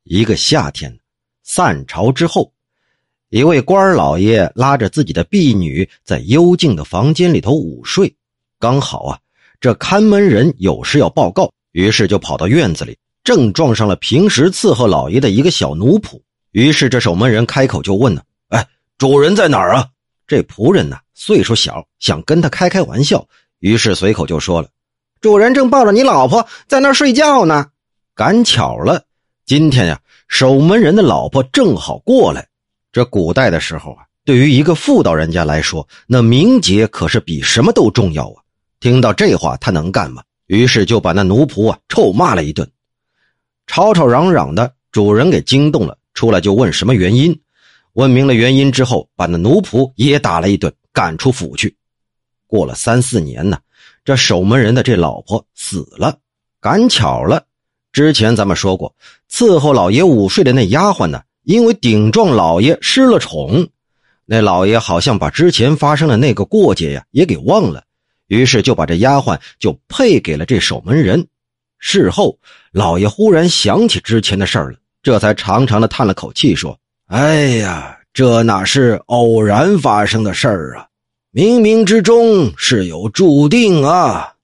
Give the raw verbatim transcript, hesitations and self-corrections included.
一个夏天，散朝之后，一位官老爷拉着自己的婢女在幽静的房间里头午睡。刚好啊，这看门人有事要报告，于是就跑到院子里，正撞上了平时伺候老爷的一个小奴仆。于是这守门人开口就问呢：哎，主人在哪儿啊？这仆人呢，岁数小，想跟他开开玩笑，于是随口就说了：主人正抱着你老婆在那儿睡觉呢。赶巧了，今天呀，守门人的老婆正好过来。这古代的时候啊，对于一个妇道人家来说，那名节可是比什么都重要啊。听到这话，他能干吗？于是就把那奴仆啊臭骂了一顿。吵吵嚷嚷的，主人给惊动了，出来就问什么原因。问明了原因之后，把那奴仆也打了一顿，赶出府去。过了三四年呢，这守门人的这老婆死了。赶巧了，之前咱们说过，伺候老爷午睡的那丫鬟呢，因为顶撞老爷失了宠，那老爷好像把之前发生的那个过节呀也给忘了，于是就把这丫鬟就配给了这守门人。事后老爷忽然想起之前的事儿了，这才长长的叹了口气说：哎呀，这哪是偶然发生的事儿啊，冥冥之中是有注定啊。